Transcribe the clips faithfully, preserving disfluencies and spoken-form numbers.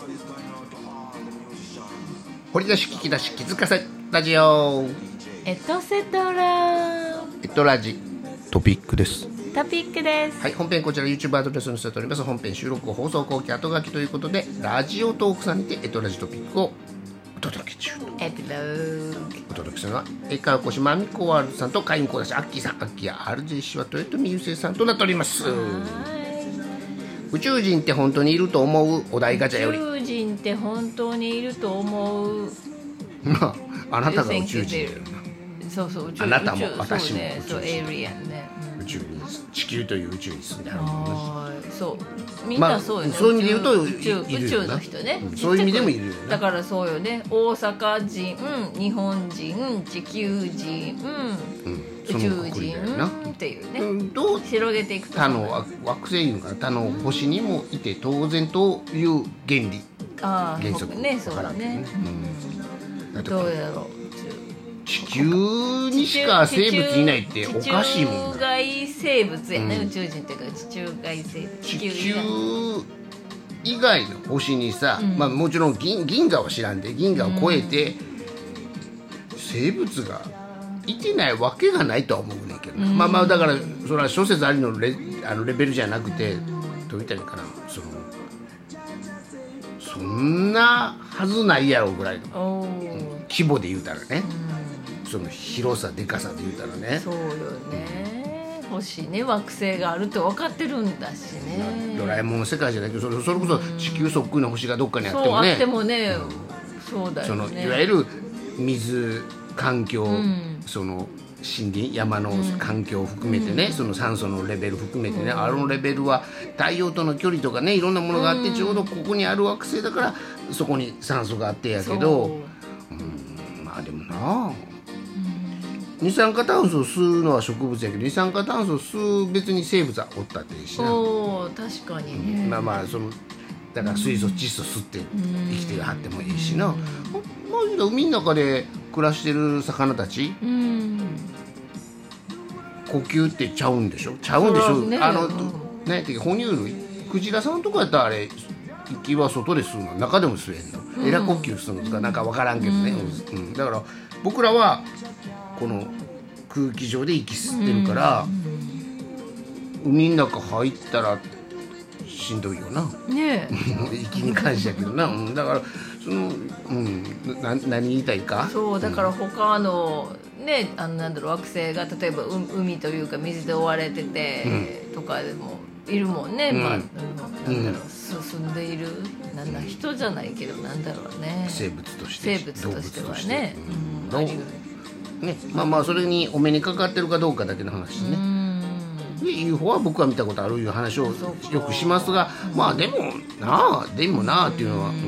掘り出し聞き出し気づかせラジオエトセトラエトラジトピックです。 トピックです。 はい、本編こちら YouTube アドレスに載せております。本編収録放送後期後書きということでラジオトークさんにてエトラジトピックをお届け中。 エピローグ。 お届けするのは英会話講師マミコワールドさんと会員講師アッキーさん、アッキーや アールジェー 氏は豊臣優生さんとなっております。宇宙人って本当にいると思うお題ガチャより、 宇宙人って本当にいると思う。 まああなたが宇宙人だよな。 そうそう、宇宙あなたも私も宇宙人、 そうね、そうエイリアンね、 うん、宇宙に地球という宇宙に住んであるもんね。 そうみんなそうよね、 まあ、そういう意味で言うと宇宙宇宙の人ね、 うん、そういう意味でもいるよね。 だからそうよね、大阪人、日本人、地球人、うん、宇宙人っていうね、うん、どう広げていくと他の惑星いうか他の星にもいて当然という原理、 あ原則ね、そうだね、うん、どうやろう、 地球にしか生物いないっておかしいもんな。 地球外生物やね、うん、宇宙人っていうか地球外生物、 地球以外の星にさ、うん、まあもちろん 銀, 銀河は知らんで、銀河を超えて生物がいてないわけがないとは思うねんけど、うん、まあまあだからそれは諸説ありの レ, あのレベルじゃなくて、どういったらいいかな、そのそんなはずないやろぐらいの、うん、規模で言うたらね、うん、その広さでかさで言うたらね、 そうよね、星ね、惑星があるって分かってるんだしね。 ドラえもんの世界じゃないけど、それ、それこそ地球そっくりの星がどっかにあってもね、 そうあってもね、うん、そうだよね、 そのいわゆる水環境、うん、その森林山の環境を含めてね、うん、その酸素のレベル含めてね、うん、あのレベルは太陽との距離とかね、いろんなものがあって、ちょうどここにある惑星だからそこに酸素があってやけど、うん、まあでもな、二酸化炭素を吸うのは植物やけど、二酸化炭素を吸う別に生物はおったっていいしな。 そう確かにね、 うん、まあまあそのだから水素窒素吸って生きてはってもいいしな、うん、まあ海の中で暮らしてる魚たち、うん、呼吸ってちゃうんでしょ、ちゃうんでしょ、ね、あの、うん、ね、哺乳類、クジラさんとかやったらあれ息は外で吸うの、中でも吸えんの、うん、エラ呼吸するのとかなんか分からんけどね、うんうん、だから僕らはこの空気上で息吸ってるから、うん、海の中入ったらしんどいよな、ね、息に関してやけどな、うん、だからその、うん、な何言いたいか、 そうだから他の、ね、あのなんだろう、惑星が例えば海というか水で覆われてて、うん、とかでもいるもんね、うん、まあ、なんだろう、うん、進んでいるなんだ、人じゃないけどなんだろうね、 生物として生物としてはね、 うん、ありね、まあまあそれにお目にかかってるかどうかだけの話ね、で ユーフォー は僕は見たことあるいう話をよくしますが、まあでもなあでもなあっていうのは、うん、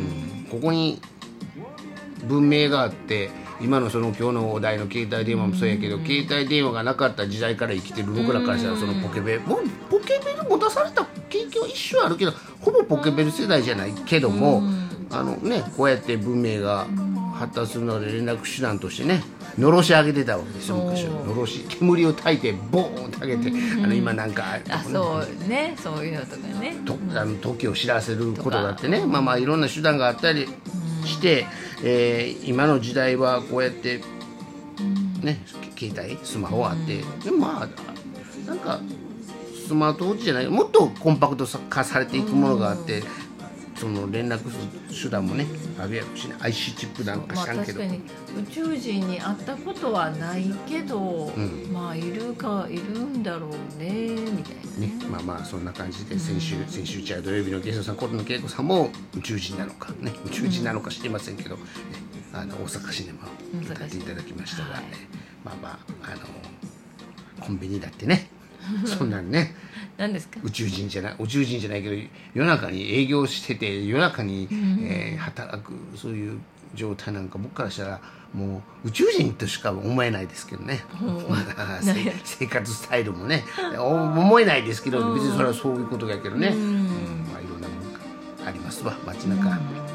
ここに文明があって、今のその今日のお題の携帯電話もそうやけど、携帯電話がなかった時代から生きてる僕らからしたら、そのポケベルもうポケベル持たされた経験は一瞬あるけど、ほぼポケベル世代じゃないけども、あのね、こうやって文明が発達するので連絡手段としてね、のろし上げてたわけですよ、昔は。のろし、煙を焚いてボーンって上げて、あの今なんかあ、そうね、そういうのとかね、 とあの時を知らせることだってね、まあまあいろんな手段があったりして、えー、今の時代はこうやってね、携帯スマホあって、でもまあなんかスマートウォッチじゃない、もっとコンパクト化されていくものがあって、その連絡手段もねあるやろしね、 アイシー チップなんか知らんけど、 まあ、確かに宇宙人に会ったことはないけど、うん、まあいるかいるんだろうねみたいな ね, ねまあまあそんな感じで、先週、うん、先週じゃ土曜日のゲストさん、琴野恵子さんも宇宙人なのかね、宇宙人なのか知りませんけど、ね、あの大阪シネマを歌っていただきましたが、ね、まあまああのコンビニだってねそんなんね何ですか、 宇宙人じゃない宇宙人じゃないけど夜中に営業してて夜中に、うんえー、働くそういう状態なんか僕からしたらもう宇宙人としか思えないですけどね、うん、生活スタイルもね思えないですけど、別にそれはそういうことだけどね、うんうん、まあいろんなものがありますわ街中、ね、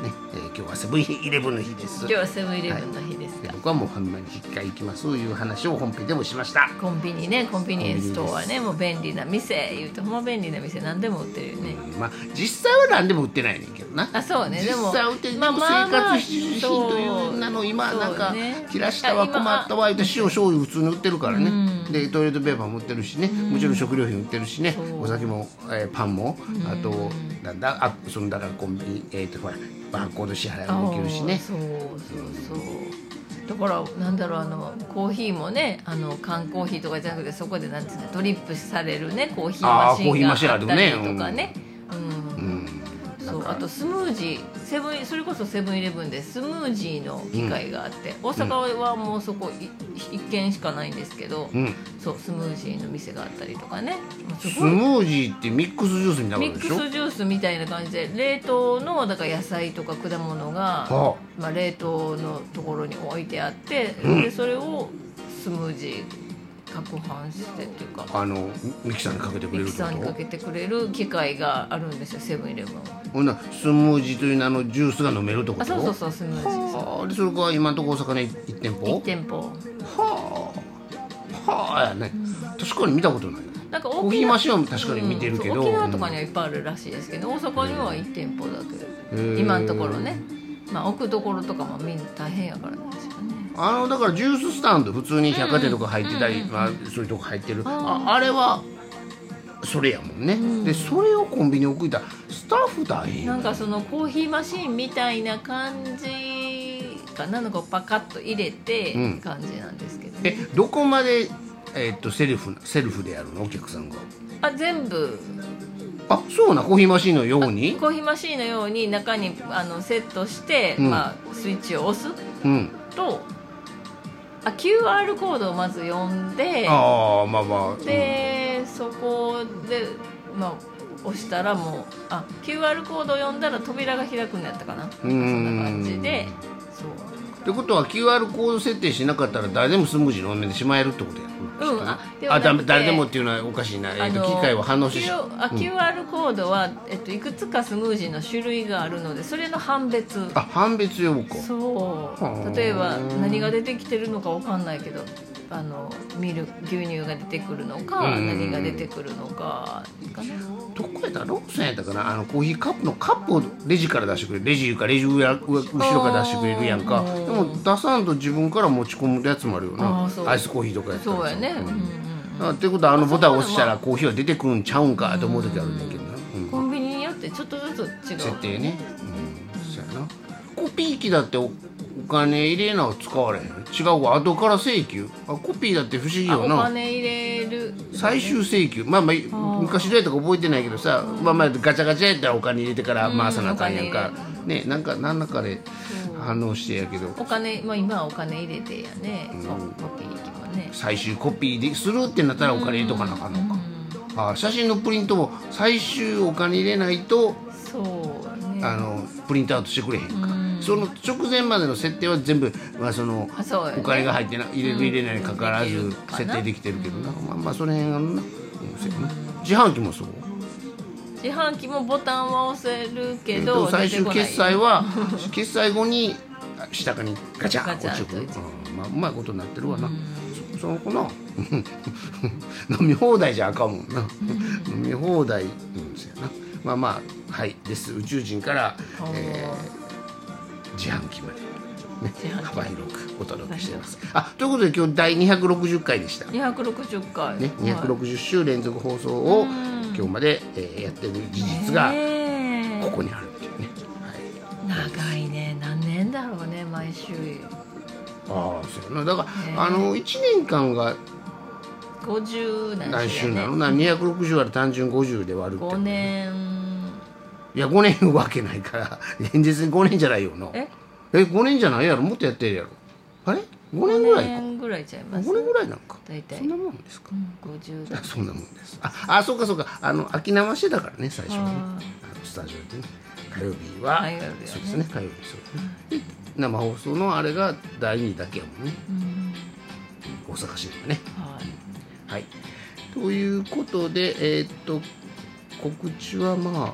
ね、えー、今日はセブンイレブンの日です。 今日はセブンイレブンの日ですか、 はい、僕はもうファミマに引っかい行きますという話を本編でもしました。 コンビニね、コンビニエンスストアね、もう便利な店言うとほんま便利な店何でも売ってるよね、 うん、まあ実際は何でも売ってないねんけどな。 あ、そうね、でも実際売ってる、まあ、生活必需品というなの今なんか、ね、切らしたは困ったわ言うて塩醤油普通に売ってるからね、うん、でトイレットペーパーも売ってるしね、うん、もちろん食料品売ってるしね、お酒も、えー、パンも、うん、あとなんだあそのだからコンビニえー、とほらバーコード支払いもできるしね。 そうそうそうだからなんだろう、あのコーヒーもね、あの缶コーヒーとかじゃなくてそこでなんていうのドリップされるねコーヒーマシンがあったりとかね、うん、うん、そうあとスムージーセブンそれこそセブンイレブンでスムージーの機械があって、うん、大阪はもうそこ一軒しかないんですけど、うん、そうスムージーの店があったりとかね。 スムージーってミックスジュースみたいなことでしょ。 ミックスジュースみたいな感じで冷凍のだから野菜とか果物が、はあ、まあ、冷凍のところに置いてあって、うん、でそれをスムージー攪拌してっていうかあのミキサーにかけてくれるミキサーにかけてくれる機械があるんですよ、セブンイレブンは。 ほんなスムージーという名のジュースが飲めるってこと。 あ、そうそうそう、スムージー。 はあ、でそれが今のところ大阪にいち店舗いち店舗はあはあやね、うん、確かに見たことない。 なんかコーヒーマシンは確かに見てるけど、うん、 沖縄とかにはいっぱいあるらしいですけど、大阪にはいち店舗だけ今のところね、まあ置くところとかもみんな大変やからなんですよね。 あのだからジューススタンド普通に百貨店とか入ってたり、うんうんまあ、そういうとこ入ってる あ, あれはそれやもんね、うん、でそれをコンビニに置いたらスタッフ大変なんかそのコーヒーマシンみたいな感じかなのかパカッと入れて感じなんですけど、ね、 うん、えどこまで、えー、っとセルフセルフでやるのお客さんが。 あ全部あそうなコーヒーマシンのようにコーヒーマシンのように中にあのセットして、うんまあ、スイッチを押す、うん、とあ キューアール コードをまず読んであまあまあで、うん、そこで、まあ、押したらもうあ キューアール コードを読んだら扉が開くんやったかな、そんな感じで。そうってことは キューアール コード設定しなかったら誰でもスムージー飲んでしまえるってことや。 うん、あ, あ誰でもっていうのはおかしいな、えー、と機械は反応してし、 あ キューアール コードは、えっと、いくつかスムージーの種類があるのでそれの判別あ判別用か。 そう例えば何が出てきてるのか分かんないけどあのミル牛乳が出てくるのか何が出てくるのかかな。 どこやったらローソンやったかな、あのコーヒーカップのカップをレジから出してくれるレジいうかレジ裏後ろから出してくれるやんか。でも出さんと自分から持ち込むやつもあるよな。アイスコーヒーとかやったらそうやね、うんうんうん、ってことはあのボタンを押したらコーヒーは出てくるんちゃうんかと思う時あるんだけどな、 うん、コンビニによってちょっとずつ違う設定ね、うん、そうやな。コピー機だってお金入れな使われへん違うわ後から請求あコピーだって不思議よな。 お金入れる最終請求まあまあ昔どうやったか覚えてないけどさ、まあまあガチャガチャやったらお金入れてから回さなあかんやんか、うん、ねなんか何らかで反応してやけどお金、まあ、今はお金入れてやね、うん、コピー機もね最終コピーでするってなったらお金入れとかなあかんのか、うん、あ写真のプリントも最終お金入れないとそうねあのプリントアウトしてくれへんか、うん、その直前までの設定は全部、まあそのね、お金が入ってな入れる入れないにかかわらず設定できてるけどな、うん、まあまあその辺がな、うん、自販機もそう自販機もボタンは押せるけど、 えー、最終決済は決済後に下にガチャン落ちてくる、うん、まあうまいことになってるわな、うん、そ, その子な飲み放題じゃあかんもんな、うん、飲み放題うんですよな。まあまあはいです宇宙人から、えー、自販機まで、ね、幅広くお届けしています。あということで今日だいにひゃくろくじゅっかいでした。 にひゃくろくじゅっかい、 ね、にひゃくろくじゅっ週連続放送を今日まで、えー、やってる事実がここにあるっていうね、 はい、長いね何年だろうね毎週。 ああそうやなだから、あのいちねんかんがごじゅう何週なのなにひゃくろくじゅう割る単純ごじゅうで割るってごねんいやごねんいうわけないから現実にごねんじゃないよな。ええごねんじゃないやろもっとやってるやろあれごねんぐらいかごねんぐらいちゃいますごねんぐらいなんか大体そんなもんですか、 うん、ごじゅうだそんなもんです。ああそうかそうかあの秋生してたからね最初にねあのスタジオでね火曜日は火曜日はねそうですね火曜日そうね、うん、で生放送のあれがだいにだけやもんね、うん、大阪市ではねはい、はい、ということでえー、っと告知はまあ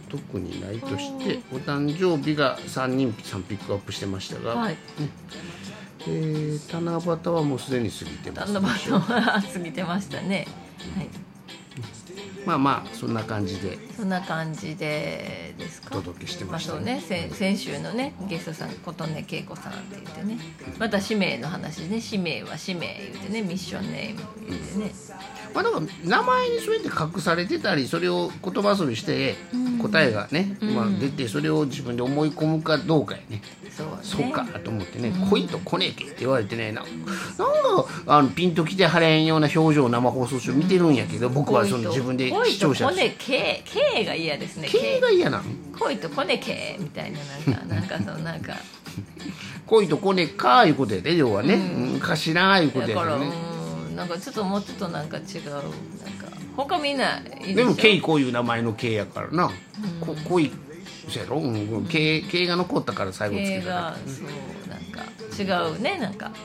特にないとして、お誕生日がさんにんさんピックアップしてましたが、 はい、 ねえー、七夕はもうすでに過ぎてます。 七夕は過ぎてましたね。はい、 まあまあそんな感じでそんな感じでですか。 お届けしてましたね。 まあそうね、先先週のねゲストさん琴音恵子さんって言ってね、また使命の話ね、使命は使命言ってね、ミッションネーム言ってね、 まあ、だから名前にそうやって隠されてたり、それを言葉遊びして答えがね、うん、まあ、出て、それを自分で思い込むかどうかやね。そうね、そうかと思ってね、うん、恋とこねけって言われてね、ななんかあのピンときてはれんような表情を生放送中見てるんやけど、僕はその自分で視聴者恋とこねけけが嫌ですね。 けが嫌なの。 恋とこねけみたいな、なんかなんかそのなんか恋とこねかいうことやで、要はね、うん、かしらいうことやからね。 なんかちょっともうちょっとなんか違う、なんか他みんないいでしょ。 でもケイこういう名前のケイやからな、うん、こ恋そうやろ、うん、ケイ、ケイが残ったから最後つけたから、 ケイがそうなんか違うね、なんか、はい、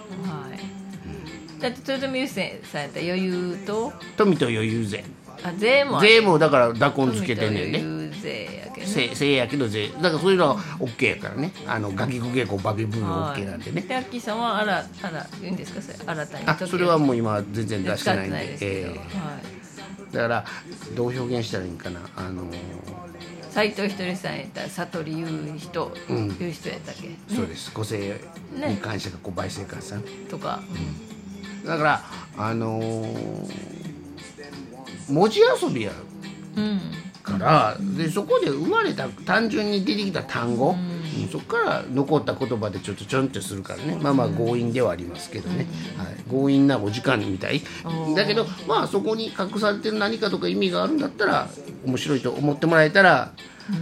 だって豊臣優勢さんやったら余裕と富と余裕勢、 あ税も税もだから濁音つけてんねんね。 富と余裕税やけどね、せいやけど税だからそういうのは OK やからね、あのガキグゲコバビブーム OK なんでね。 でアッキーさんはあらあら言うんですか、それ新たに。 あ、それはもう今全然出してないんで、 でえーはい、 だからどう表現したらいいんかな、あのー斉藤ひとりさんやったら悟り言う人、うん、言う人やったっけ、ね、 そうです、個性に感謝がこう倍生活さんとか、 うん、だからあのー、文字遊びやから、うん、でそこで生まれた単純に出てきた単語、うんうん、そこから残った言葉でちょっとちょんってするからね、まあまあ強引ではありますけどね、うん、はい、強引なお時間みたいだけど、まあそこに隠されてる何かとか意味があるんだったら面白いと思ってもらえたら、うん、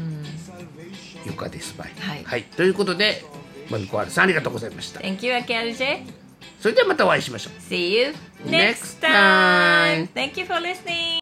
よかですばい、はいはい、ということでマミコアルさんありがとうございました。 Thank you アキアルジェ。 それではまたお会いしましょう。 See you next time. Thank you for listening.